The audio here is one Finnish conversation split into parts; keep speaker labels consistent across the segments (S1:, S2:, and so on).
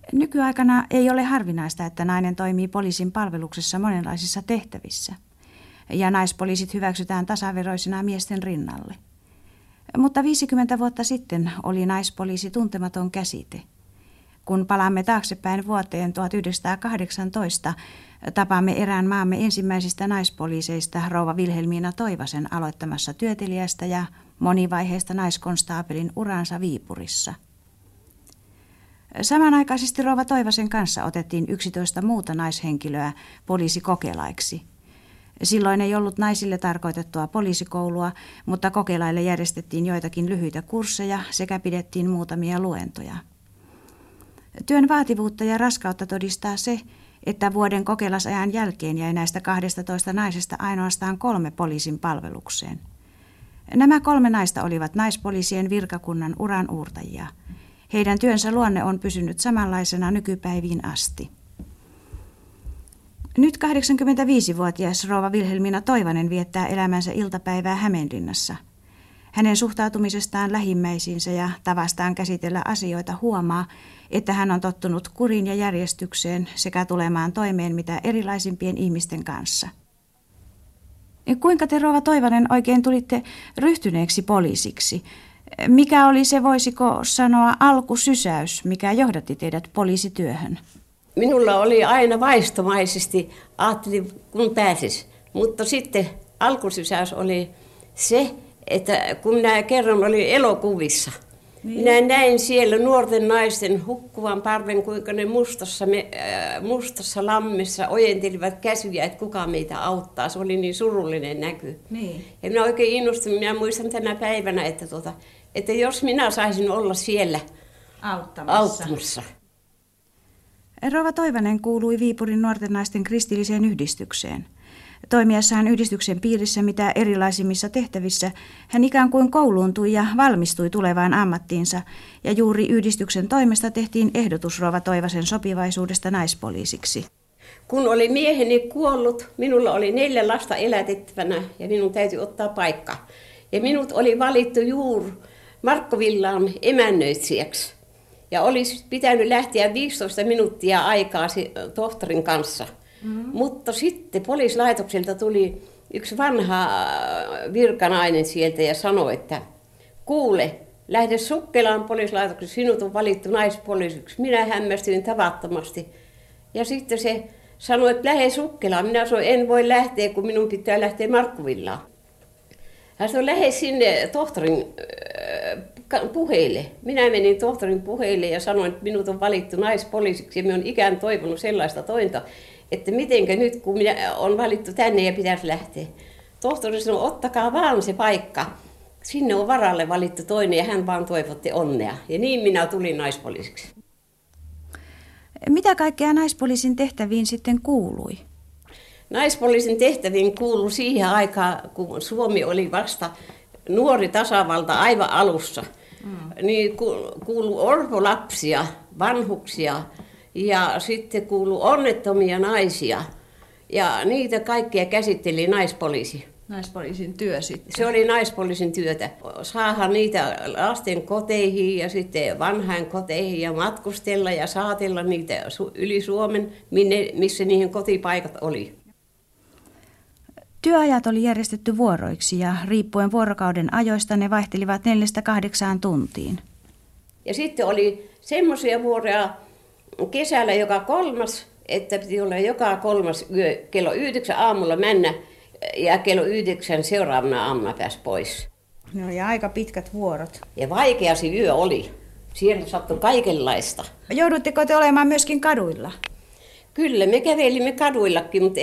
S1: Nykyaikana ei ole harvinaista, että nainen toimii poliisin palveluksessa monenlaisissa tehtävissä. Ja naispoliisit hyväksytään tasaveroisina miesten rinnalle. Mutta 50 vuotta sitten oli naispoliisi tuntematon käsite. Kun palaamme taaksepäin vuoteen 1918, tapaamme erään maamme ensimmäisistä naispoliiseista rouva Vilhelmiina Toivasen aloittamassa työtelijästä ja monivaiheista naiskonstaapelin uransa Viipurissa. Samanaikaisesti rouva Toivasen kanssa otettiin 11 muuta naishenkilöä poliisikokelaiksi. Silloin ei ollut naisille tarkoitettua poliisikoulua, mutta kokelaille järjestettiin joitakin lyhyitä kursseja sekä pidettiin muutamia luentoja. Työn vaativuutta ja raskautta todistaa se, että vuoden kokelasajan jälkeen jäi näistä 12 naisesta ainoastaan 3 poliisin palvelukseen. Nämä 3 naista olivat naispoliisien virkakunnan uran uurtajia. Heidän työnsä luonne on pysynyt samanlaisena nykypäiviin asti. Nyt 85-vuotias rouva Vilhelmiina Toivanen viettää elämänsä iltapäivää Hämeenlinnassa. Hänen suhtautumisestaan lähimmäisiinsä ja tavastaan käsitellä asioita huomaa, että hän on tottunut kuriin ja järjestykseen sekä tulemaan toimeen mitä erilaisimpien ihmisten kanssa. Kuinka te, rouva Toivanen, oikein tulitte ryhtyneeksi poliisiksi? Mikä oli se, voisiko sanoa, alkusysäys, mikä johdatti teidät poliisityöhön?
S2: Minulla oli aina vaistomaisesti, ajattelin kun pääsis, mutta sitten alkusysäys oli se, että kun minä kerran olin elokuvissa, minä näin siellä nuorten naisten hukkuvan parven, kuinka ne mustassa lammessa ojentelivat käsyjä, että kuka meitä auttaa. Se oli niin surullinen näky. Niin. Ja minä oikein innostunut, minä muistan tänä päivänä, että jos minä saisin olla siellä auttamassa.
S1: Rouva Toivanen kuului Viipurin nuorten naisten kristilliseen yhdistykseen. Toimiessaan yhdistyksen piirissä mitä erilaisimmissa tehtävissä, hän ikään kuin kouluuntui ja valmistui tulevaan ammattiinsa, ja juuri yhdistyksen toimesta tehtiin ehdotus rouva Toivasen sopivaisuudesta naispoliisiksi.
S2: Kun oli mieheni kuollut, minulla oli 4 lasta elätettävänä ja minun täytyi ottaa paikka. Ja minut oli valittu juuri Markkovillaan emännöitsijäksi. Ja olisi pitänyt lähteä 15 minuuttia aikaa tohtorin kanssa. Mutta sitten poliisilaitokselta tuli yksi vanha virkanainen sieltä ja sanoi, että kuule, lähde Sukkelaan poliisilaitoksessa, sinut on valittu naispoliisiksi. Minä hämmästyin tavattomasti. Ja sitten se sanoi, että lähde Sukkelaan. Minä sanoin, en voi lähteä, kun minun pitää lähteä Markkovillaan. Hän sanoi, lähde sinne tohtorin puheille. Minä menin tohtorin puheille ja sanoin, että minut on valittu naispoliisiksi ja minä olen ikään toivonut sellaista tointa, että mitenkä nyt, kun minä olen valittu tänne ja pitäisi lähteä. Tohtori sanoi, ottakaa vaan se paikka. Sinne on varalle valittu toinen ja hän vaan toivotti onnea. Ja niin minä tulin naispoliisiksi.
S1: Mitä kaikkea naispoliisin tehtäviin sitten kuului?
S2: Naispoliisin tehtäviin kuului siihen aikaan, kun Suomi oli vasta nuori tasavalta aivan alussa. Niin kuului orpolapsia, vanhuksia ja sitten kuului onnettomia naisia. Ja niitä kaikkia käsitteli naispoliisi.
S1: Naispoliisin työ sitten.
S2: Se oli naispoliisin työtä. Saada niitä lasten koteihin ja sitten vanhain koteihin ja matkustella ja saatella niitä yli Suomen, missä niihin kotipaikat oli.
S1: Työajat oli järjestetty vuoroiksi ja riippuen vuorokauden ajoista ne vaihtelivat 4-8 tuntiin.
S2: Ja sitten oli semmoisia vuoroja kesällä joka 3, että piti olla joka 3 yö kello 9 aamulla mennä ja kello 9 seuraavana aamuna pääsi pois.
S1: No ja aika pitkät vuorot.
S2: Ja vaikea se yö oli. Siellä sattui kaikenlaista.
S1: Joudutteko te olemaan myöskin kaduilla?
S2: Kyllä, me kävelimme kaduillakin, mutta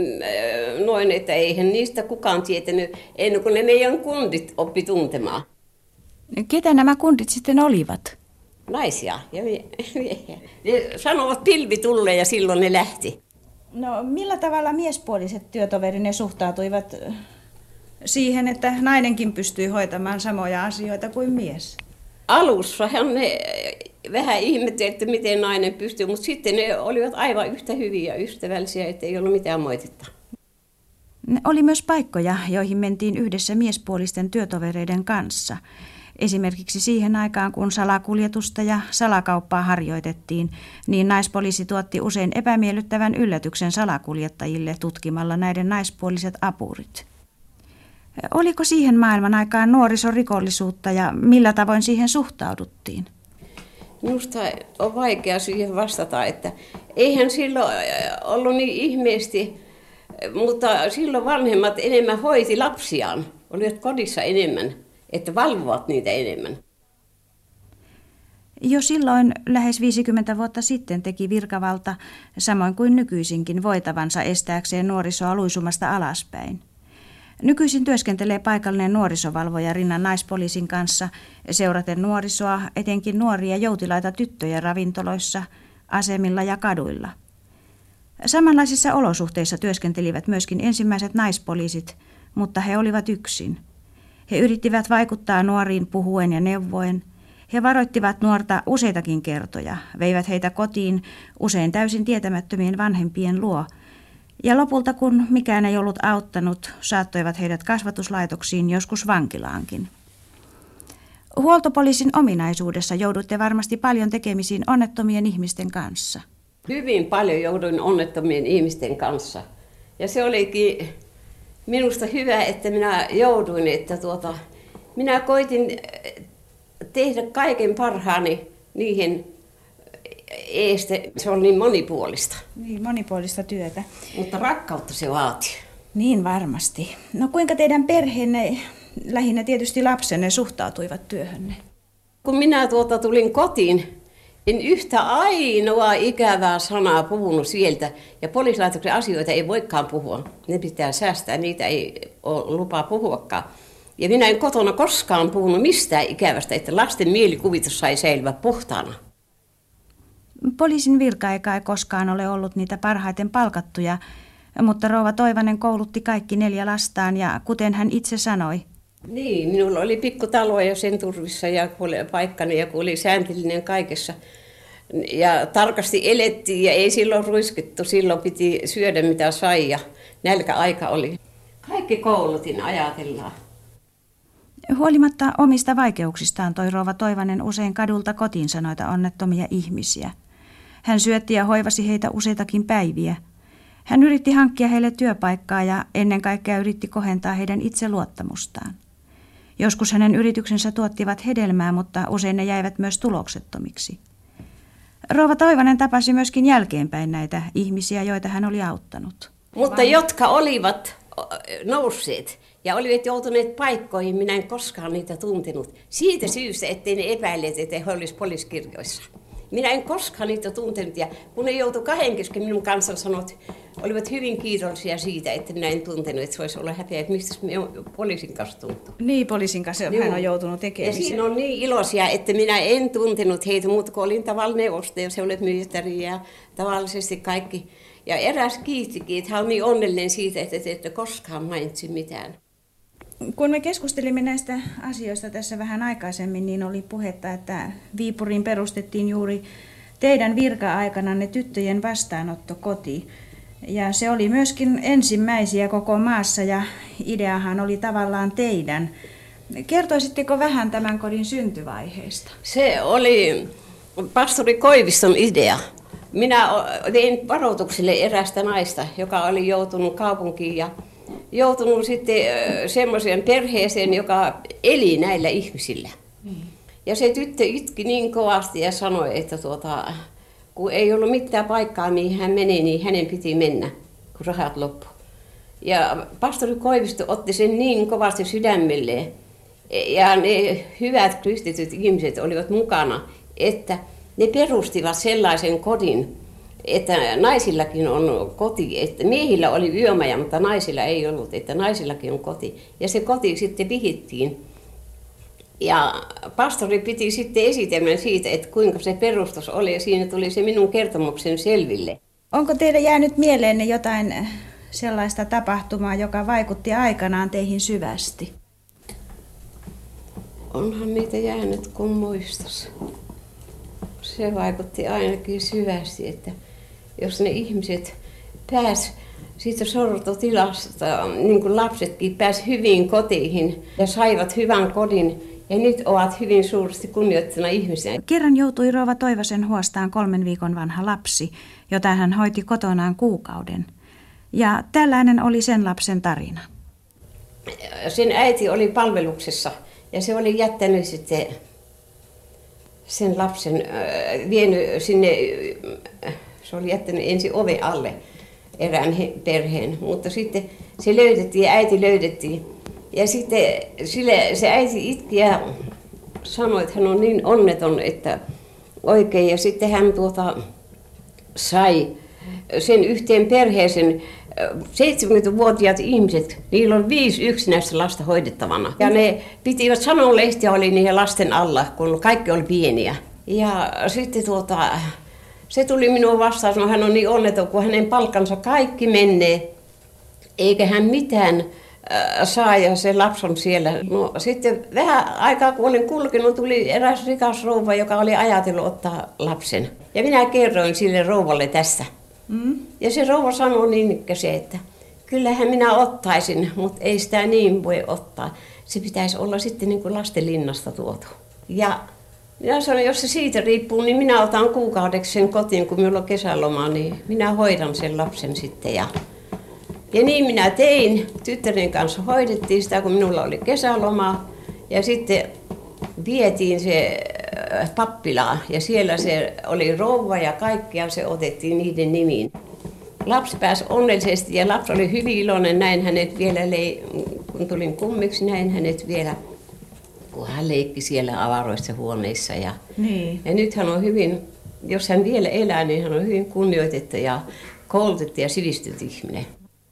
S2: eihän niistä kukaan tietänyt, ennen kuin ne meidän kundit oppi tuntemaan.
S1: Ketä nämä kundit sitten olivat?
S2: Naisia ja miehiä. Ne sanovat pilvi tulee ja silloin ne lähti.
S1: No millä tavalla miespuoliset työtoverinne suhtautuivat siihen, että nainenkin pystyy hoitamaan samoja asioita kuin mies?
S2: Alussahan ne vähän ihmetteli, että miten nainen pystyy, mutta sitten ne olivat aivan yhtä hyviä ja ystävällisiä, että ei ollut mitään moitetta.
S1: Oli myös paikkoja, joihin mentiin yhdessä miespuolisten työtovereiden kanssa. Esimerkiksi siihen aikaan, kun salakuljetusta ja salakauppaa harjoitettiin, niin naispoliisi tuotti usein epämiellyttävän yllätyksen salakuljettajille tutkimalla näiden naispuoliset apurit. Oliko siihen maailman aikaan nuorisorikollisuutta ja millä tavoin siihen suhtauduttiin?
S2: Minusta on vaikea siihen vastata, että eihän silloin ollut niin ihmeesti, mutta silloin vanhemmat enemmän hoiti lapsiaan, olivat kodissa enemmän, että valvovat niitä enemmän.
S1: Jo silloin lähes 50 vuotta sitten teki virkavalta, samoin kuin nykyisinkin, voitavansa estääkseen nuorisoa luisumasta alaspäin. Nykyisin työskentelee paikallinen nuorisovalvoja rinnan naispoliisin kanssa, seuraten nuorisoa, etenkin nuoria joutilaita tyttöjä ravintoloissa, asemilla ja kaduilla. Samanlaisissa olosuhteissa työskentelivät myöskin ensimmäiset naispoliisit, mutta he olivat yksin. He yrittivät vaikuttaa nuoriin puhuen ja neuvoen. He varoittivat nuorta useitakin kertoja, veivät heitä kotiin usein täysin tietämättömien vanhempien luo, ja lopulta, kun mikään ei ollut auttanut, saattoivat heidät kasvatuslaitoksiin, joskus vankilaankin. Huoltopoliisin ominaisuudessa jouduitte varmasti paljon tekemisiin onnettomien ihmisten kanssa.
S2: Hyvin paljon jouduin onnettomien ihmisten kanssa. Ja se olikin minusta hyvä, että minä jouduin, että minä koitin tehdä kaiken parhaani niihin eestä. Se on niin monipuolista.
S1: Niin, monipuolista työtä.
S2: Mutta rakkautta se vaatii.
S1: Niin varmasti. No kuinka teidän perheenne, lähinnä tietysti lapsenne, suhtautuivat työhönne?
S2: Kun minä tulin kotiin, en yhtä ainoa ikävää sanaa puhunut sieltä. Ja poliisilaitoksen asioita ei voikaan puhua. Ne pitää säästää, niitä ei ole lupaa puhuakaan. Ja minä en kotona koskaan puhunut mistään ikävästä, että lasten mielikuvitus sai säilyä puhtaana.
S1: Poliisin virka-aika ei koskaan ole ollut niitä parhaiten palkattuja, mutta rouva Toivanen koulutti kaikki 4 lastaan ja kuten hän itse sanoi.
S2: Niin, minulla oli pikkutalo ja sen turvissa ja paikkani ja kun oli sääntillinen kaikessa. Ja tarkasti elettiin ja ei silloin ruiskittu, silloin piti syödä mitä sai ja nälkäaika oli. Kaikki koulutin, ajatellaan.
S1: Huolimatta omista vaikeuksistaan toi rouva Toivanen usein kadulta kotiinsa noita onnettomia ihmisiä. Hän syötti ja hoivasi heitä useitakin päiviä. Hän yritti hankkia heille työpaikkaa ja ennen kaikkea yritti kohentaa heidän itseluottamustaan. Joskus hänen yrityksensä tuottivat hedelmää, mutta usein ne jäivät myös tuloksettomiksi. Rouva Toivanen tapasi myöskin jälkeenpäin näitä ihmisiä, joita hän oli auttanut.
S2: Mutta jotka olivat nousseet ja olivat joutuneet paikkoihin, minä en koskaan niitä tuntenut. Siitä syystä, ettei ne epäilleet, että he olisivat poliisikirjoissa. Minä en koskaan niitä tuntenut ja kun ne joutui 2 kesken minun kanssa sanot, olivat hyvin kiitollisia siitä, että minä en tuntenut, että se olisi ollut häpeä, että mistä me poliisin kanssa tuntuu.
S1: Niin, poliisin kanssa hän on joutunut tekemään.
S2: Ja siinä on niin iloisia, että minä en tuntenut heitä, mutta kun olin tavallinen neuvosto ja se oli myytäri ja tavallisesti kaikki. Ja eräs kiittikin, että hän on niin onnellinen siitä, että te ette koskaan mainitsi mitään.
S1: Kun me keskustelimme näistä asioista tässä vähän aikaisemmin, niin oli puhetta, että Viipuriin perustettiin juuri teidän virka-aikananne tyttöjen vastaanottokoti. Ja se oli myöskin ensimmäisiä koko maassa ja ideahan oli tavallaan teidän. Kertoisitteko vähän tämän kodin syntyvaiheesta?
S2: Se oli pastori Koiviston idea. Minä tein varoitukselle erästä naista, joka oli joutunut kaupunkiin ja joutunut sitten semmoiseen perheeseen, joka eli näillä ihmisillä. Ja se tyttö itki niin kovasti ja sanoi, että kun ei ollut mitään paikkaa, mihin hän meni, niin hänen piti mennä, kun rahat loppu. Ja pastori Koivisto otti sen niin kovasti sydämelleen. Ja ne hyvät kristityt ihmiset olivat mukana, että ne perustivat sellaisen kodin, että naisillakin on koti, että miehillä oli yömaja, mutta naisilla ei ollut, että naisillakin on koti. Ja se koti sitten vihittiin. Ja pastori piti sitten esitelmän siitä, että kuinka se perustus oli, ja siinä tuli se minun kertomuksen selville.
S1: Onko teille jäänyt mieleenne jotain sellaista tapahtumaa, joka vaikutti aikanaan teihin syvästi?
S2: Onhan niitä jäänyt kun muistos. Se vaikutti ainakin syvästi, että jos ne ihmiset pääsivät siitä sortotilasta, niin kuin lapsetkin pääsivät hyvin kotiin ja saivat hyvän kodin Ja nyt ovat hyvin suuresti kunnioittuna ihmisiä.
S1: Kerran joutui rouva Toivasen huostaan 3 viikon vanha lapsi, jota hän hoiti kotonaan kuukauden. Ja tällainen oli sen lapsen tarina.
S2: Sen äiti oli palveluksessa ja se oli jättänyt sitten sen lapsen, vienyt sinne, se oli jättänyt ensin oven alle erään perheen, mutta sitten se löydettiin ja äiti löydettiin. Ja sitten se äiti itki ja sanoi, että hän on niin onneton, että oikein. Ja sitten hän sai sen yhteen perheeseen 70-vuotiaat ihmiset, niillä on 5 yksinäistä lasta hoidettavana. Ja ne pitivät sanonlehtiä oli niiden lasten alla, kun kaikki oli pieniä. Ja sitten se tuli minun vastaan, sanoi, hän on niin onneton, kun hänen palkkansa kaikki menee, eikä hän mitään saa ja se lapsi on siellä. No, sitten vähän aikaa kun olin kulkenut, tuli eräs rikas rouva, joka oli ajatellut ottaa lapsen. Ja minä kerroin sille rouvalle tästä. Ja se rouva sanoi niin, että kyllähän minä ottaisin, mutta ei sitä niin voi ottaa. Se pitäisi olla sitten niin kuin lastenlinnasta tuotu. Ja minä sanoin, jos se siitä riippuu, niin minä otan kuukaudeksi sen kotiin, kun minulla on kesäloma, niin minä hoidan sen lapsen sitten. Ja niin minä tein. Tyttären kanssa hoidettiin sitä, kun minulla oli kesäloma. Ja sitten vietiin se pappilaan ja siellä se oli rouva ja kaikkia se otettiin niiden nimiin. Lapsi pääsi onnellisesti ja lapsi oli hyvin iloinen, näin hänet vielä, kun tulin kummiksi, näin hänet vielä, kun hän leikki siellä avaroissa huoneissa. Ja nyt hän on hyvin, jos hän vielä elää, niin hän on hyvin kunnioitettu ja koulutettu ja sivistynyt ihminen.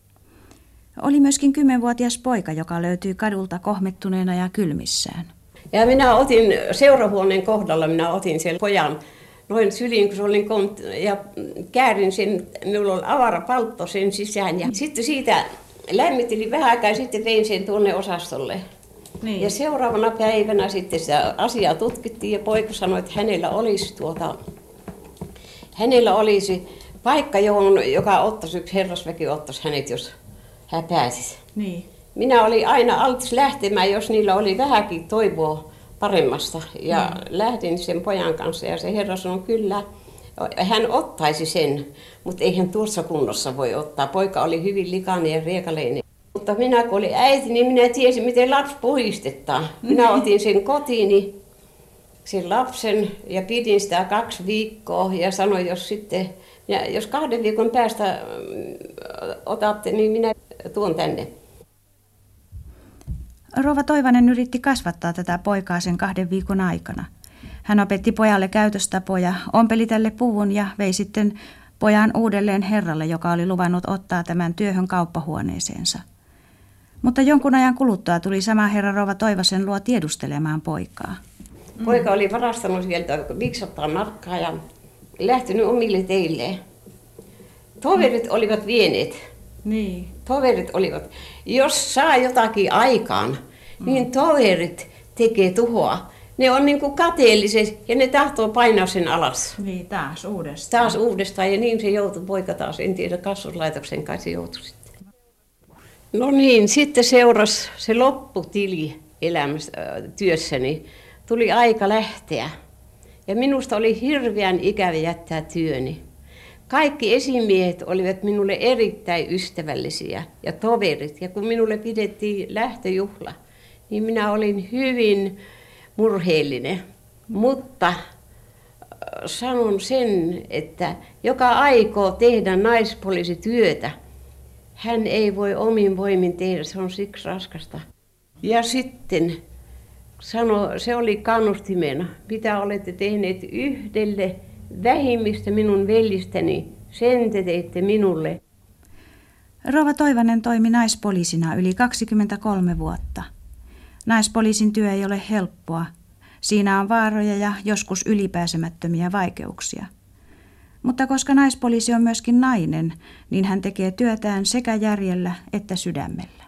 S1: Oli myöskin 10-vuotias poika, joka löytyi kadulta kohmettuneena ja kylmissään.
S2: Ja minä otin seurahuoneen kohdalla, minä otin sen pojan noin syliin, kun se oli ja käärin sen, minulla oli avara paltto sen sisään. Ja sitten siitä lämmittelin vähän aikaa ja sitten vein sen tuonne osastolle. Niin. Ja seuraavana päivänä sitten sitä asiaa tutkittiin ja poika sanoi, että hänellä olisi paikka, joka ottaisi, yksi herrasväki ottaisi hänet, jos hän pääsisi. Niin. Minä olin aina altis lähtemään, jos niillä oli vähänkin toivoa paremmasta. Ja lähdin sen pojan kanssa ja se herra sanoi, kyllä, hän ottaisi sen, mutta eihän tuossa kunnossa voi ottaa. Poika oli hyvin likainen ja riekaleinen. Mutta minä kun olin äiti, niin minä tiesin, miten lapsi puhistetaan. Minä otin sen kotiini, sen lapsen, ja pidin sitä 2 viikkoa ja sanoin, jos 2 viikon päästä otatte, niin minä tuon tänne.
S1: Rouva Toivanen yritti kasvattaa tätä poikaa sen 2 viikon aikana. Hän opetti pojalle käytöstapoja, ompeli tälle puvun ja vei sitten pojan uudelleen herralle, joka oli luvannut ottaa tämän työhön kauppahuoneeseensa. Mutta jonkun ajan kuluttua tuli sama herra rouva Toivasen luo tiedustelemaan poikaa.
S2: Poika oli varastanut sieltä 500 markkaa ja lähtenyt omille teilleen. Toverit olivat vieneet.
S1: Niin.
S2: Toverit olivat. Jos saa jotakin aikaan, niin toverit tekee tuhoa. Ne on niin kuin kateelliset ja ne tahtoo painaa sen alas.
S1: Niin, taas uudestaan.
S2: Taas uudestaan ja niin se joutui poika taas. En tiedä, kasvuslaitoksen kai se joutui sitten. No niin, sitten seurasi se lopputili elämässä, työssäni. Tuli aika lähteä ja minusta oli hirveän ikävä jättää työni. Kaikki esimiehet olivat minulle erittäin ystävällisiä ja toverit. Ja kun minulle pidettiin lähtöjuhla, niin minä olin hyvin murheellinen. Mutta sanon sen, että joka aikoo tehdä naispoliisityötä, hän ei voi omin voimin tehdä, se on siksi raskasta. Ja sitten se oli kannustimena, mitä olette tehneet yhdelle vähimmistä minun veljistäni, sen te teitte minulle.
S1: Rouva Toivanen toimi naispoliisina yli 23 vuotta. Naispoliisin työ ei ole helppoa. Siinä on vaaroja ja joskus ylipääsemättömiä vaikeuksia. Mutta koska naispoliisi on myöskin nainen, niin hän tekee työtään sekä järjellä että sydämellä.